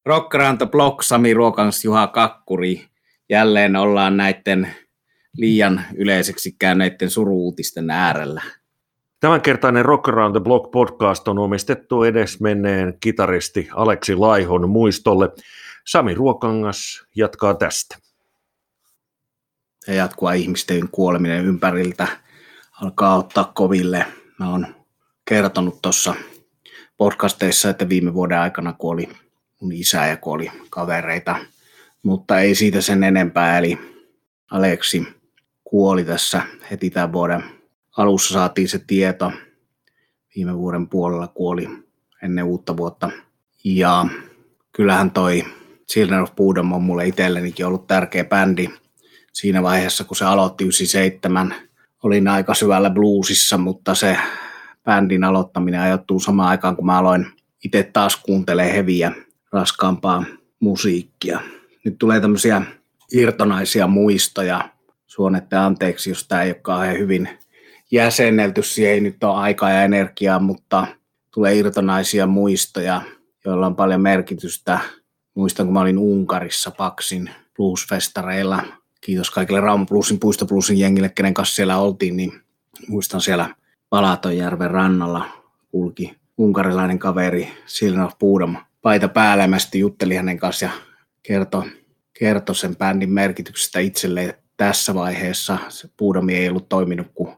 Rock Around the Block, Sami Ruokans, Juha Kakkuri. Jälleen ollaan näiden liian yleiseksi käyneiden suru-uutisten äärellä. Tämänkertainen Rock Around the Block podcast on omistettu edesmenneen kitaristi Aleksi Laihon muistolle. Sami Ruokangas jatkaa tästä. Ja jatkuva ihmisten kuoleminen ympäriltä alkaa ottaa koville. Mä oon kertonut tuossa podcasteissa, että viime vuoden aikana kuoli mun isä ja kuoli kavereita, mutta ei siitä sen enempää. Eli Aleksi kuoli tässä heti tämän vuoden alussa, saatiin se tieto. Viime vuoden puolella kuoli ennen uutta vuotta. Ja kyllähän toi Children of Bodom on mulle itsellenikin ollut tärkeä bändi. Siinä vaiheessa, kun se aloitti 97, olin aika syvällä bluesissa, mutta se bändin aloittaminen ajoittuu samaan aikaan, kun mä aloin itse taas kuuntelemaan heviä, raskaampaa musiikkia. Nyt tulee tämmöisiä irtonaisia muistoja. Suonette anteeksi, jos tämä ei ole kauhean hyvin jäsennelty. Siihen ei nyt ole aikaa ja energiaa, mutta tulee irtonaisia muistoja, joilla on paljon merkitystä. Muistan, kun mä olin Unkarissa Paksin bluesfestareilla. Kiitos kaikille Rauma Bluesin, Puisto Bluesin jengille, kenen kanssa siellä oltiin. Niin muistan siellä Palatonjärven rannalla kulki unkarilainen kaveri Children of Bodom paita päällä. Mä sitten juttelin hänen kanssa ja kertoi sen bändin merkityksestä itselleen. Tässä vaiheessa se Bodom ei ollut toiminut kuin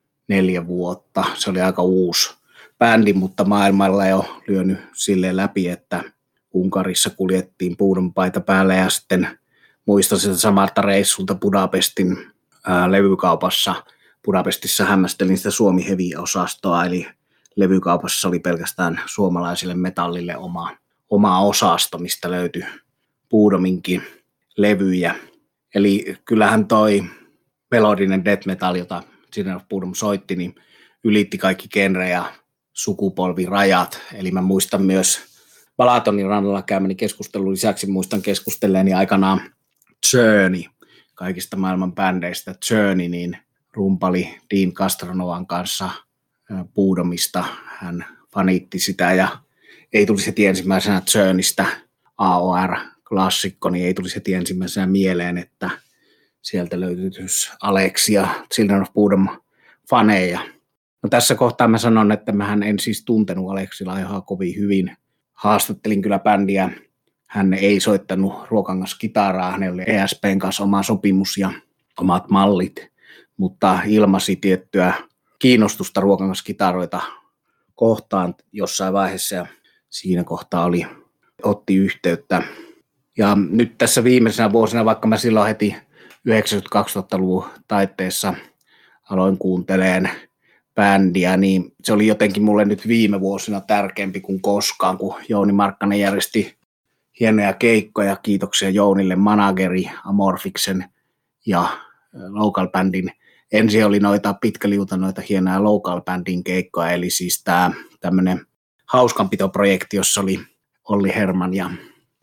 4 vuotta. Se oli aika uusi bändi, mutta maailmalla jo lyönyt silleen läpi, että Unkarissa kuljettiin Bodom paita päällä ja sitten muistan sitä samalta reissulta Budapestin levykaupassa. Budapestissa hämmästelin sitä Suomi Heavy-osastoa, eli levykaupassa oli pelkästään suomalaisille metallille oma osasto, mistä löytyi Bodominkin levyjä. Eli kyllähän toi melodinen death metal, jota Children of Bodom soitti, niin ylitti kaikki genrejä ja sukupolvirajat. Eli mä muistan myös Balatonin rannalla käymäni keskustelun lisäksi muistan keskustelleeni aikanaan Journey, kaikista maailman bändeistä. Journey, niin rumpali Dean Castronovan kanssa Bodomista. Hän faniitti sitä ja ei tulisi heti ensimmäisenä Journeystä AOR-klassikko, niin ei tulisi heti ensimmäisenä mieleen, että sieltä löytyisi Aleksi ja Children of Bodom faneja. No tässä kohtaa mä sanon, että mähän en siis tuntenut Aleksi Laihoa kovin hyvin. Haastattelin kyllä bändiä. Hän ei soittanut Ruokangas kitaraa, hänellä oli ESPn kanssa oma sopimus ja omat mallit, mutta ilmasi tiettyä kiinnostusta Ruokangas kitaroita kohtaan jossain vaiheessa ja siinä kohtaa otti yhteyttä. Ja nyt tässä viimeisenä vuosina, vaikka mä silloin heti 90-2000-luvun taitteessa aloin kuuntelemaan bändiä, niin se oli jotenkin mulle nyt viime vuosina tärkeämpi kuin koskaan, kun Jouni Markkanen järjesti hienoja keikkoja. Kiitoksia Jounille, Manageri, Amorfiksen ja Local Bandin. Ensin oli pitkäliuta hienoja Local Bandin keikkoja, eli siis tämä tämmöinen hauskanpitoprojekti, jossa oli Olli Herman ja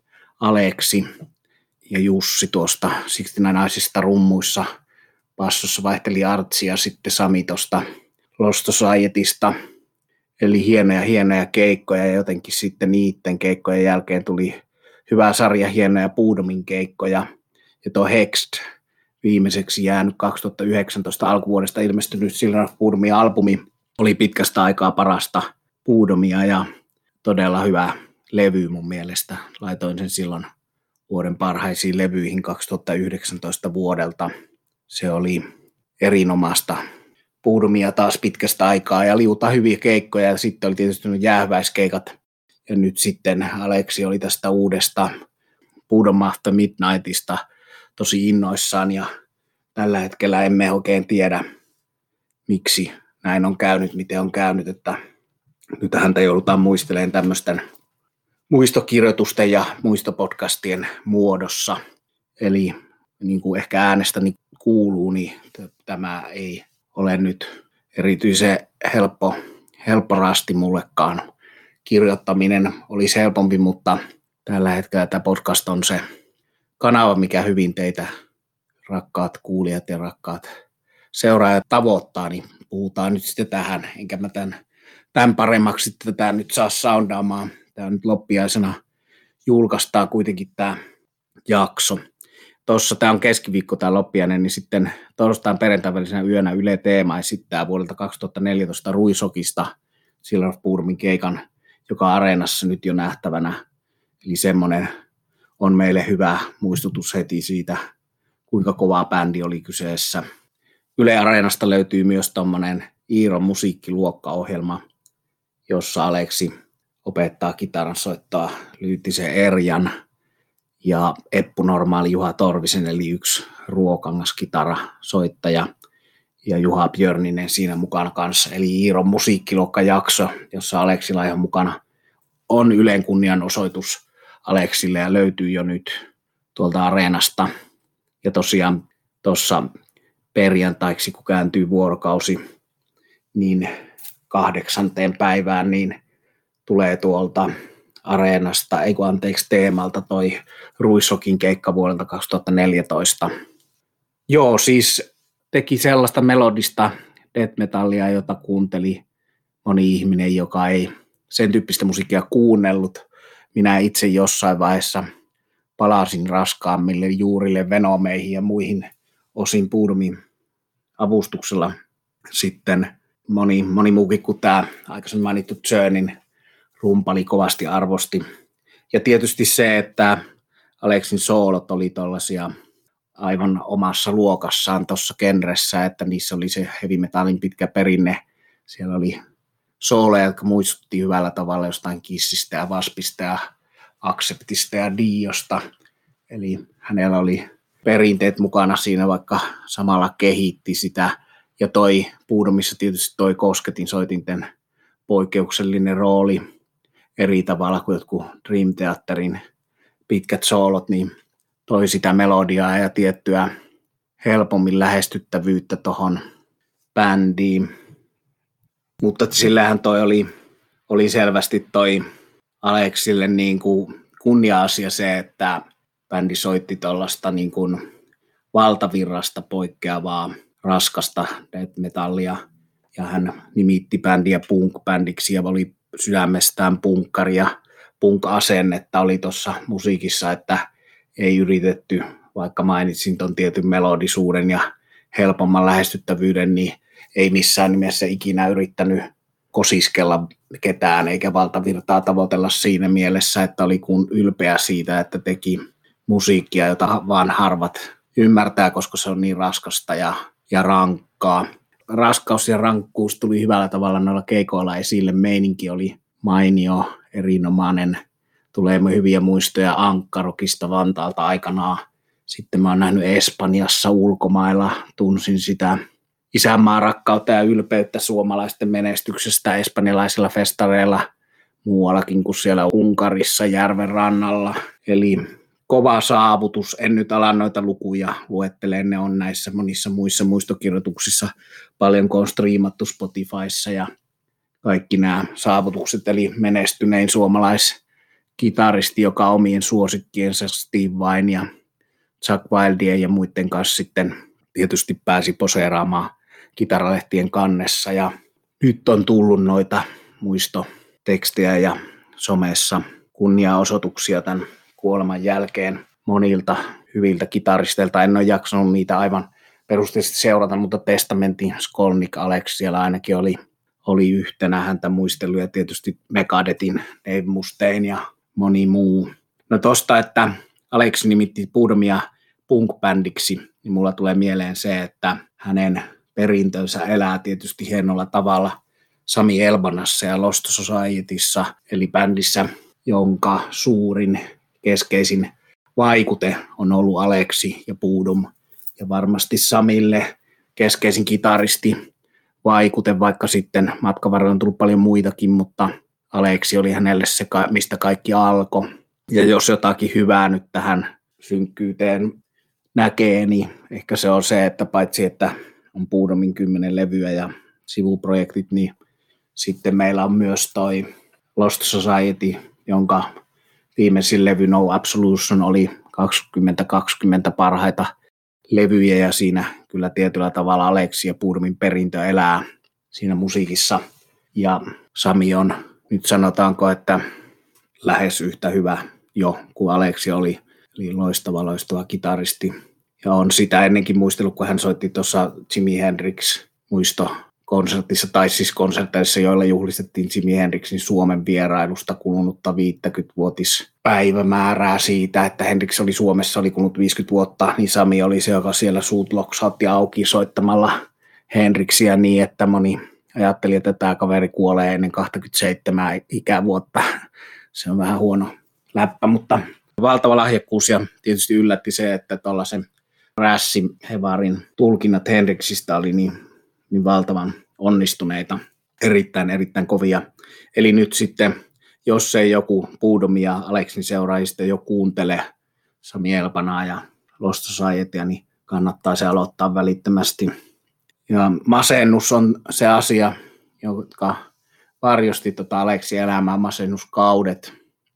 Aleksi ja Jussi tuosta 69 naisista rummuissa. Bassossa vaihteli Artsi ja sitten Sami tuosta Lost Societysta. Eli hienoja keikkoja ja jotenkin sitten niiden keikkojen jälkeen tuli hyvä sarja hienoja Bodomin keikkoja. Ja tuo Hexed viimeiseksi jäänyt 2019 alkuvuodesta ilmestynyt Children of Bodomin albumi oli pitkästä aikaa parasta Bodomia ja todella hyvä levy mun mielestä. Laitoin sen silloin vuoden parhaisiin levyihin 2019 vuodelta. Se oli erinomaista Bodomia taas pitkästä aikaa ja liuta hyviä keikkoja ja sitten oli tietysti jäähyväiskeikat. Ja nyt sitten Aleksi oli tästä uudesta Bodom After Midnightista tosi innoissaan ja tällä hetkellä emme oikein tiedä, miksi näin on käynyt, miten on käynyt, että nyt häntä joudutaan muistelemaan tämmöisten muistokirjoitusten ja muistopodcastien muodossa. Eli niin kuin ehkä äänestäni kuuluu, niin tämä ei ole nyt erityisen helppo rasti mullekaan. Kirjoittaminen olisi helpompi, mutta tällä hetkellä tämä podcast on se kanava, mikä hyvin teitä rakkaat kuulijat ja rakkaat seuraajat tavoittaa, niin puhutaan nyt sitten tähän, enkä mä tämän paremmaksi tätä nyt saa soundaamaan. Tämä on nyt loppiaisena julkaistaan kuitenkin tämä jakso. Tuossa tämä on keskiviikko tämä loppiainen, niin sitten torstain perjantain välisenä yönä Yle Teema esittää vuodelta 2014 Ruisokista Seal of Boredomin keikan, joka Areenassa nyt jo nähtävänä. Eli semmoinen on meille hyvä muistutus heti siitä, kuinka kova bändi oli kyseessä. Yle Areenasta löytyy myös tommonen Iiron musiikkiluokkaohjelma, jossa Aleksi opettaa kitaran soittaa Lyyttisen Erjan ja Eppu Normaali Juha Torvisen, eli yksi Ruokangas kitarasoittaja, ja Juha Björninen siinä mukana kanssa, eli Iiron musiikkiluokkajakso, jossa Aleksi Laiho mukana on Ylen kunnianosoitus Aleksille ja löytyy jo nyt tuolta Areenasta. Ja tosiaan tuossa perjantaiksi, kun kääntyy vuorokausi, niin 8. päivään, niin tulee tuolta Areenasta, Teemalta toi Ruissokin keikka vuodelta 2014. Joo, siis teki sellaista melodista death metallia, jota kuunteli moni ihminen, joka ei sen tyyppistä musiikkia kuunnellut. Minä itse jossain vaiheessa palasin raskaammille juurille, venomeihin ja muihin osin Boredomin avustuksella. Sitten moni muukin kuin tämä aikaisemmin mainittu Journeyn rumpali kovasti arvosti. Ja tietysti se, että Aleksin soolot oli tuollaisia aivan omassa luokassaan tuossa genressä, että niissä oli se heavy metallin pitkä perinne. Siellä oli sooleja, jotka muistutti hyvällä tavalla jostain Kissistä ja Waspista ja Acceptista ja Diosta. Eli hänellä oli perinteet mukana siinä, vaikka samalla kehitti sitä. Ja toi Boredomissa tietysti toi kosketin soitinten poikkeuksellinen rooli eri tavalla kuin jotkut Dream Theaterin pitkät soolot, niin toi sitä melodiaa ja tiettyä helpommin lähestyttävyyttä tohon bändiin. Mutta sillähän toi oli selvästi toi Aleksille niin kuin kunnia-asia se, että bändi soitti tuollaista niin kuin valtavirrasta poikkeavaa raskasta death metallia, ja hän nimitti bändiä punk-bändiksi ja oli sydämestään punkkari, ja punk-asennetta oli tuossa musiikissa, että ei yritetty, vaikka mainitsin tuon tietyn melodisuuden ja helpomman lähestyttävyyden, niin ei missään nimessä ikinä yrittänyt kosiskella ketään eikä valtavirtaa tavoitella siinä mielessä, että oli ylpeä siitä, että teki musiikkia, jota vaan harvat ymmärtää, koska se on niin raskasta ja rankkaa. Raskaus ja rankkuus tuli hyvällä tavalla noilla keikoilla esille. Meininki oli mainio, erinomainen. Tulee hyviä muistoja Ankkarokista Vantaalta aikanaan. Sitten mä oon nähnyt Espanjassa ulkomailla, tunsin sitä isänmaan rakkautta ja ylpeyttä suomalaisten menestyksestä espanjalaisilla festareilla muuallakin kuin siellä Unkarissa järven rannalla. Eli kova saavutus. En nyt ala noita lukuja luettelemaan, ne on näissä monissa muissa muistokirjoituksissa paljon, kun on striimattu Spotifyssa ja kaikki nämä saavutukset. Eli menestynein suomalaiskitaristi, joka omien suosikkiensa Steve Vai ja Zakk Wylden ja muiden kanssa sitten tietysti pääsi poseeraamaan kitaralehtien kannessa. Ja nyt on tullut noita muistotekstejä ja somessa kunniaosoituksia tämän kuoleman jälkeen monilta hyviltä kitaristeilta. En ole jaksanut niitä aivan perusteellisesti seurata, mutta Testamentin Skolnick Alex siellä ainakin oli yhtenä häntä muistellut, ja tietysti Megadethin Dave Mustaine ja moni muu. No tosta, että Alex nimitti Boredomia punk-bändiksi, niin mulla tulee mieleen se, että hänen perintönsä elää tietysti hienolla tavalla Sami Elbanassa ja Lost Societyssä, eli bändissä, jonka suurin keskeisin vaikute on ollut Aleksi ja Boredom, ja varmasti Samille keskeisin kitaristi vaikute, vaikka sitten matkan varrella on tullut paljon muitakin, mutta Aleksi oli hänelle se, mistä kaikki alkoi. Ja jos jotakin hyvää nyt tähän synkkyyteen näkee, niin ehkä se on se, että paitsi että on Boredomin 10 levyä ja sivuprojektit, niin sitten meillä on myös toi Lost Society, jonka viimeisin levy No Absolution oli 2020 parhaita levyjä, ja siinä kyllä tietyllä tavalla Aleksi ja Boredomin perintö elää siinä musiikissa. Ja Sami on nyt sanotaanko, että lähes yhtä hyvä jo, kun Aleksi oli loistava kitaristi. Ja on sitä ennenkin muistellut, kun hän soitti tuossa Jimi Hendrix muistokonsertissa, tai siis konserteissa, joilla juhlistettiin Jimi Hendrixin Suomen vierailusta kulunutta 50-vuotispäivämäärää siitä, että Hendrix oli Suomessa, oli kulunut 50 vuotta, niin Sami oli se, joka siellä suut loksautti auki soittamalla Hendrixiä niin, että moni ajatteli, että tämä kaveri kuolee ennen 27 ikävuotta. Se on vähän huono läppä, mutta valtava lahjakkuus, ja tietysti yllätti se, että tuollaisen Rässi-Hevarin tulkinnat Hendrixistä oli niin valtavan onnistuneita, erittäin kovia. Eli nyt sitten, jos ei joku Boodoomin ja Aleksin seuraajista jo kuuntele Sami Elpanaa ja Lost Societya, niin kannattaa se aloittaa välittömästi. Ja masennus on se asia, joka varjosti Aleksin elämää, masennuskaudet.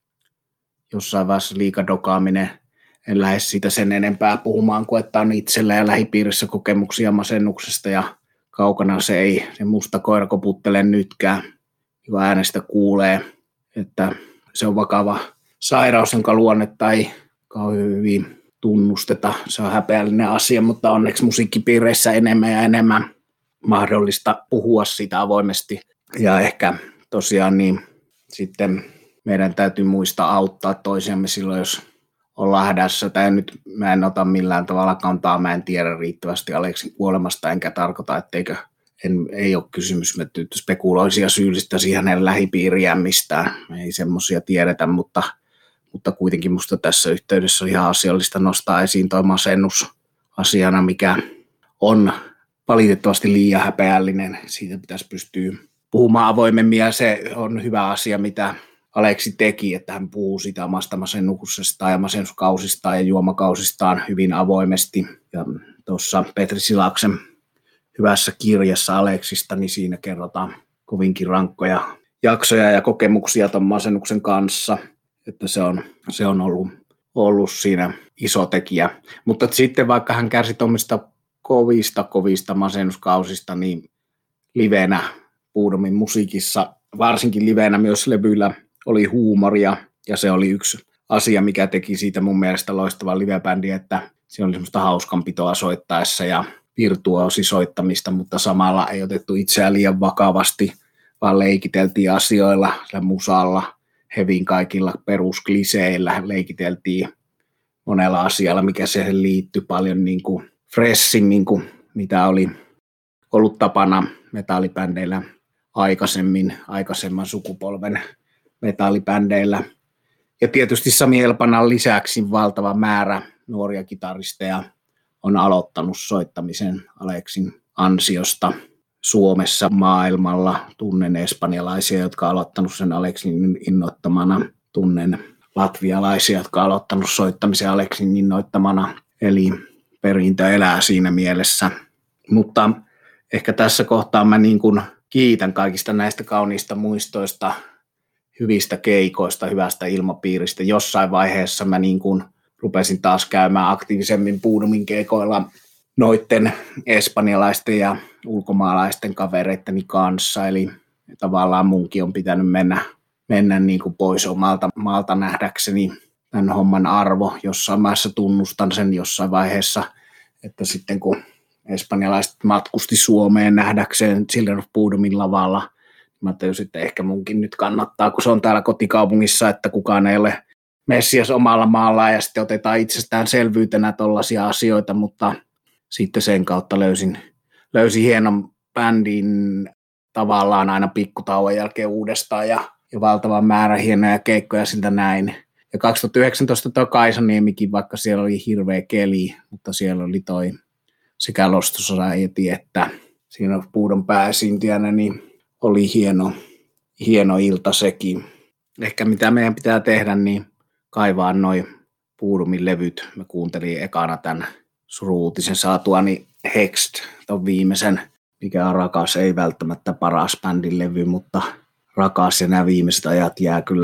Jossain vaiheessa liikadokaaminen, en lähde siitä sen enempää puhumaan, kuin että on itsellä ja lähipiirissä kokemuksia masennuksesta, ja kaukana se musta koira koputtele nytkään, kun äänestä kuulee, että se on vakava sairaus, jonka luonnetta ei kauhean hyvin tunnusteta. Se on häpeällinen asia, mutta onneksi musiikkipiireissä enemmän ja enemmän mahdollista puhua siitä avoimesti. Ja ehkä tosiaan niin sitten meidän täytyy muistaa auttaa toisiamme silloin, jos ollaan hädässä. Tai nyt mä en ota millään tavalla kantaa, mä en tiedä riittävästi Aleksin kuolemasta, enkä tarkoita, etteikö ei ole kysymys, että spekuloisi ja syyllistäisi hänen lähipiiriään mistään. Me ei semmoisia tiedetä, mutta kuitenkin musta tässä yhteydessä on ihan asiallista nostaa esiin toi masennus asiana, mikä on valitettavasti liian häpeällinen. Siitä pitäisi pystyä puhumaan avoimemmin, ja se on hyvä asia, mitä Aleksi teki, että hän puhuu siitä omasta masennuksestaan ja masennuskausistaan ja juomakausistaan hyvin avoimesti. Ja tuossa Petri Silaksen hyvässä kirjassa Aleksista, niin siinä kerrotaan kovinkin rankkoja jaksoja ja kokemuksia tuon masennuksen kanssa, että se on ollut siinä iso tekijä. Mutta sitten vaikka hän kärsi tuommoista kovista masennuskausista, niin livenä Boodoomin musiikissa, varsinkin livenä myös levyillä, oli huumoria, ja se oli yksi asia, mikä teki siitä mun mielestä loistavan livebändiä, että se oli semmoista hauskanpitoa soittaessa ja virtuoosisoittamista, mutta samalla ei otettu itseään liian vakavasti, vaan leikiteltiin asioilla, musalla, hevin kaikilla peruskliseillä, leikiteltiin monella asialla, mikä siihen liittyi paljon niin kuin fressimmin kuin mitä oli ollut tapana metallibändeillä aikaisemman sukupolven metallibändeillä. Ja tietysti Sami Elpanan lisäksi valtava määrä nuoria kitaristeja on aloittanut soittamisen Aleksin ansiosta Suomessa, maailmalla. Tunnen espanjalaisia, jotka on aloittanut sen Aleksin innoittamana. Tunnen latvialaisia, jotka on aloittanut soittamisen Aleksin innoittamana. Eli perintö elää siinä mielessä. Mutta ehkä tässä kohtaa mä niin kuin kiitän kaikista näistä kauniista muistoista, hyvistä keikoista, hyvästä ilmapiiristä. Jossain vaiheessa mä niin kuin rupesin taas käymään aktiivisemmin Boodoomin keikoilla noitten espanjalaisten ja ulkomaalaisten kavereitteni kanssa. Eli tavallaan munkin on pitänyt mennä niin kuin pois omalta maalta nähdäkseni tämän homman arvo. Jossain vaiheessa tunnustan sen jossain vaiheessa, että sitten kun espanjalaiset matkusti Suomeen nähdäkseen Children of Boodoomin lavalla, mä tajusin, että ehkä munkin nyt kannattaa, kun se on täällä kotikaupungissa, että kukaan ei ole Messias omalla maallaan ja sitten otetaan itsestäänselvyytenä tollaisia asioita, mutta sitten sen kautta löysin hienon bändin tavallaan aina pikkutauon jälkeen uudestaan ja valtavan määrän hienoja keikkoja siltä näin. Ja 2019 tuo Kaisaniemikin, vaikka siellä oli hirveä keli, mutta siellä oli toi sekä Lost Society että siinä Boodoomin pääesiintyjänä, niin oli hieno ilta sekin. Ehkä mitä meidän pitää tehdä, niin kaivaa noi Boodoomin levyt. Mä kuuntelin ekana tämän suru-uutisen saatuani Hexed, ton viimeisen, mikä on rakas, ei välttämättä paras bändin levy, mutta rakas, ja nämä viimeiset ajat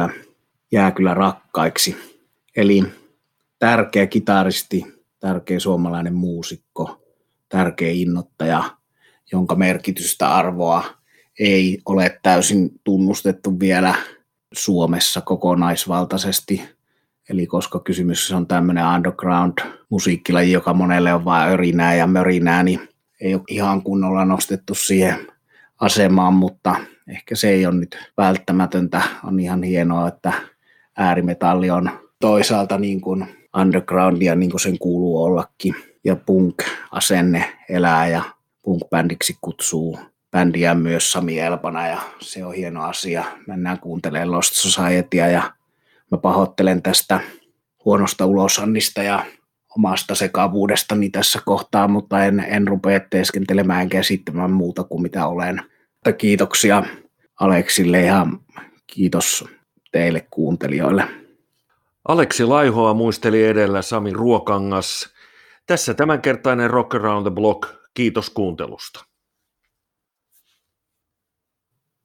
jää kyllä rakkaiksi. Eli tärkeä kitaristi, tärkeä suomalainen muusikko, tärkeä innoittaja, jonka merkitystä, arvoa ei ole täysin tunnustettu vielä Suomessa kokonaisvaltaisesti. Eli koska kysymys on tämmöinen underground-musiikkilaji, joka monelle on vain örinää ja mörinää, niin ei ole ihan kunnolla nostettu siihen asemaan, mutta ehkä se ei ole nyt välttämätöntä. On ihan hienoa, että äärimetalli on toisaalta niin kuin undergroundia, niin kuin sen kuuluu ollakin, ja punk-asenne elää, ja punk-bändiksi kutsuu bändiä myös Sami Elpana, ja se on hieno asia. Mennään kuuntelemaan Lost Societya, ja mä pahoittelen tästä huonosta ulosannista ja omasta sekavuudestani tässä kohtaa, mutta en rupea teeskentelemään enkä esittämään muuta kuin mitä olen. Kiitoksia Aleksille ja kiitos teille kuuntelijoille. Aleksi Laihoa muisteli edellä Sami Ruokangas. Tässä tämänkertainen Rock Around the Block. Kiitos kuuntelusta.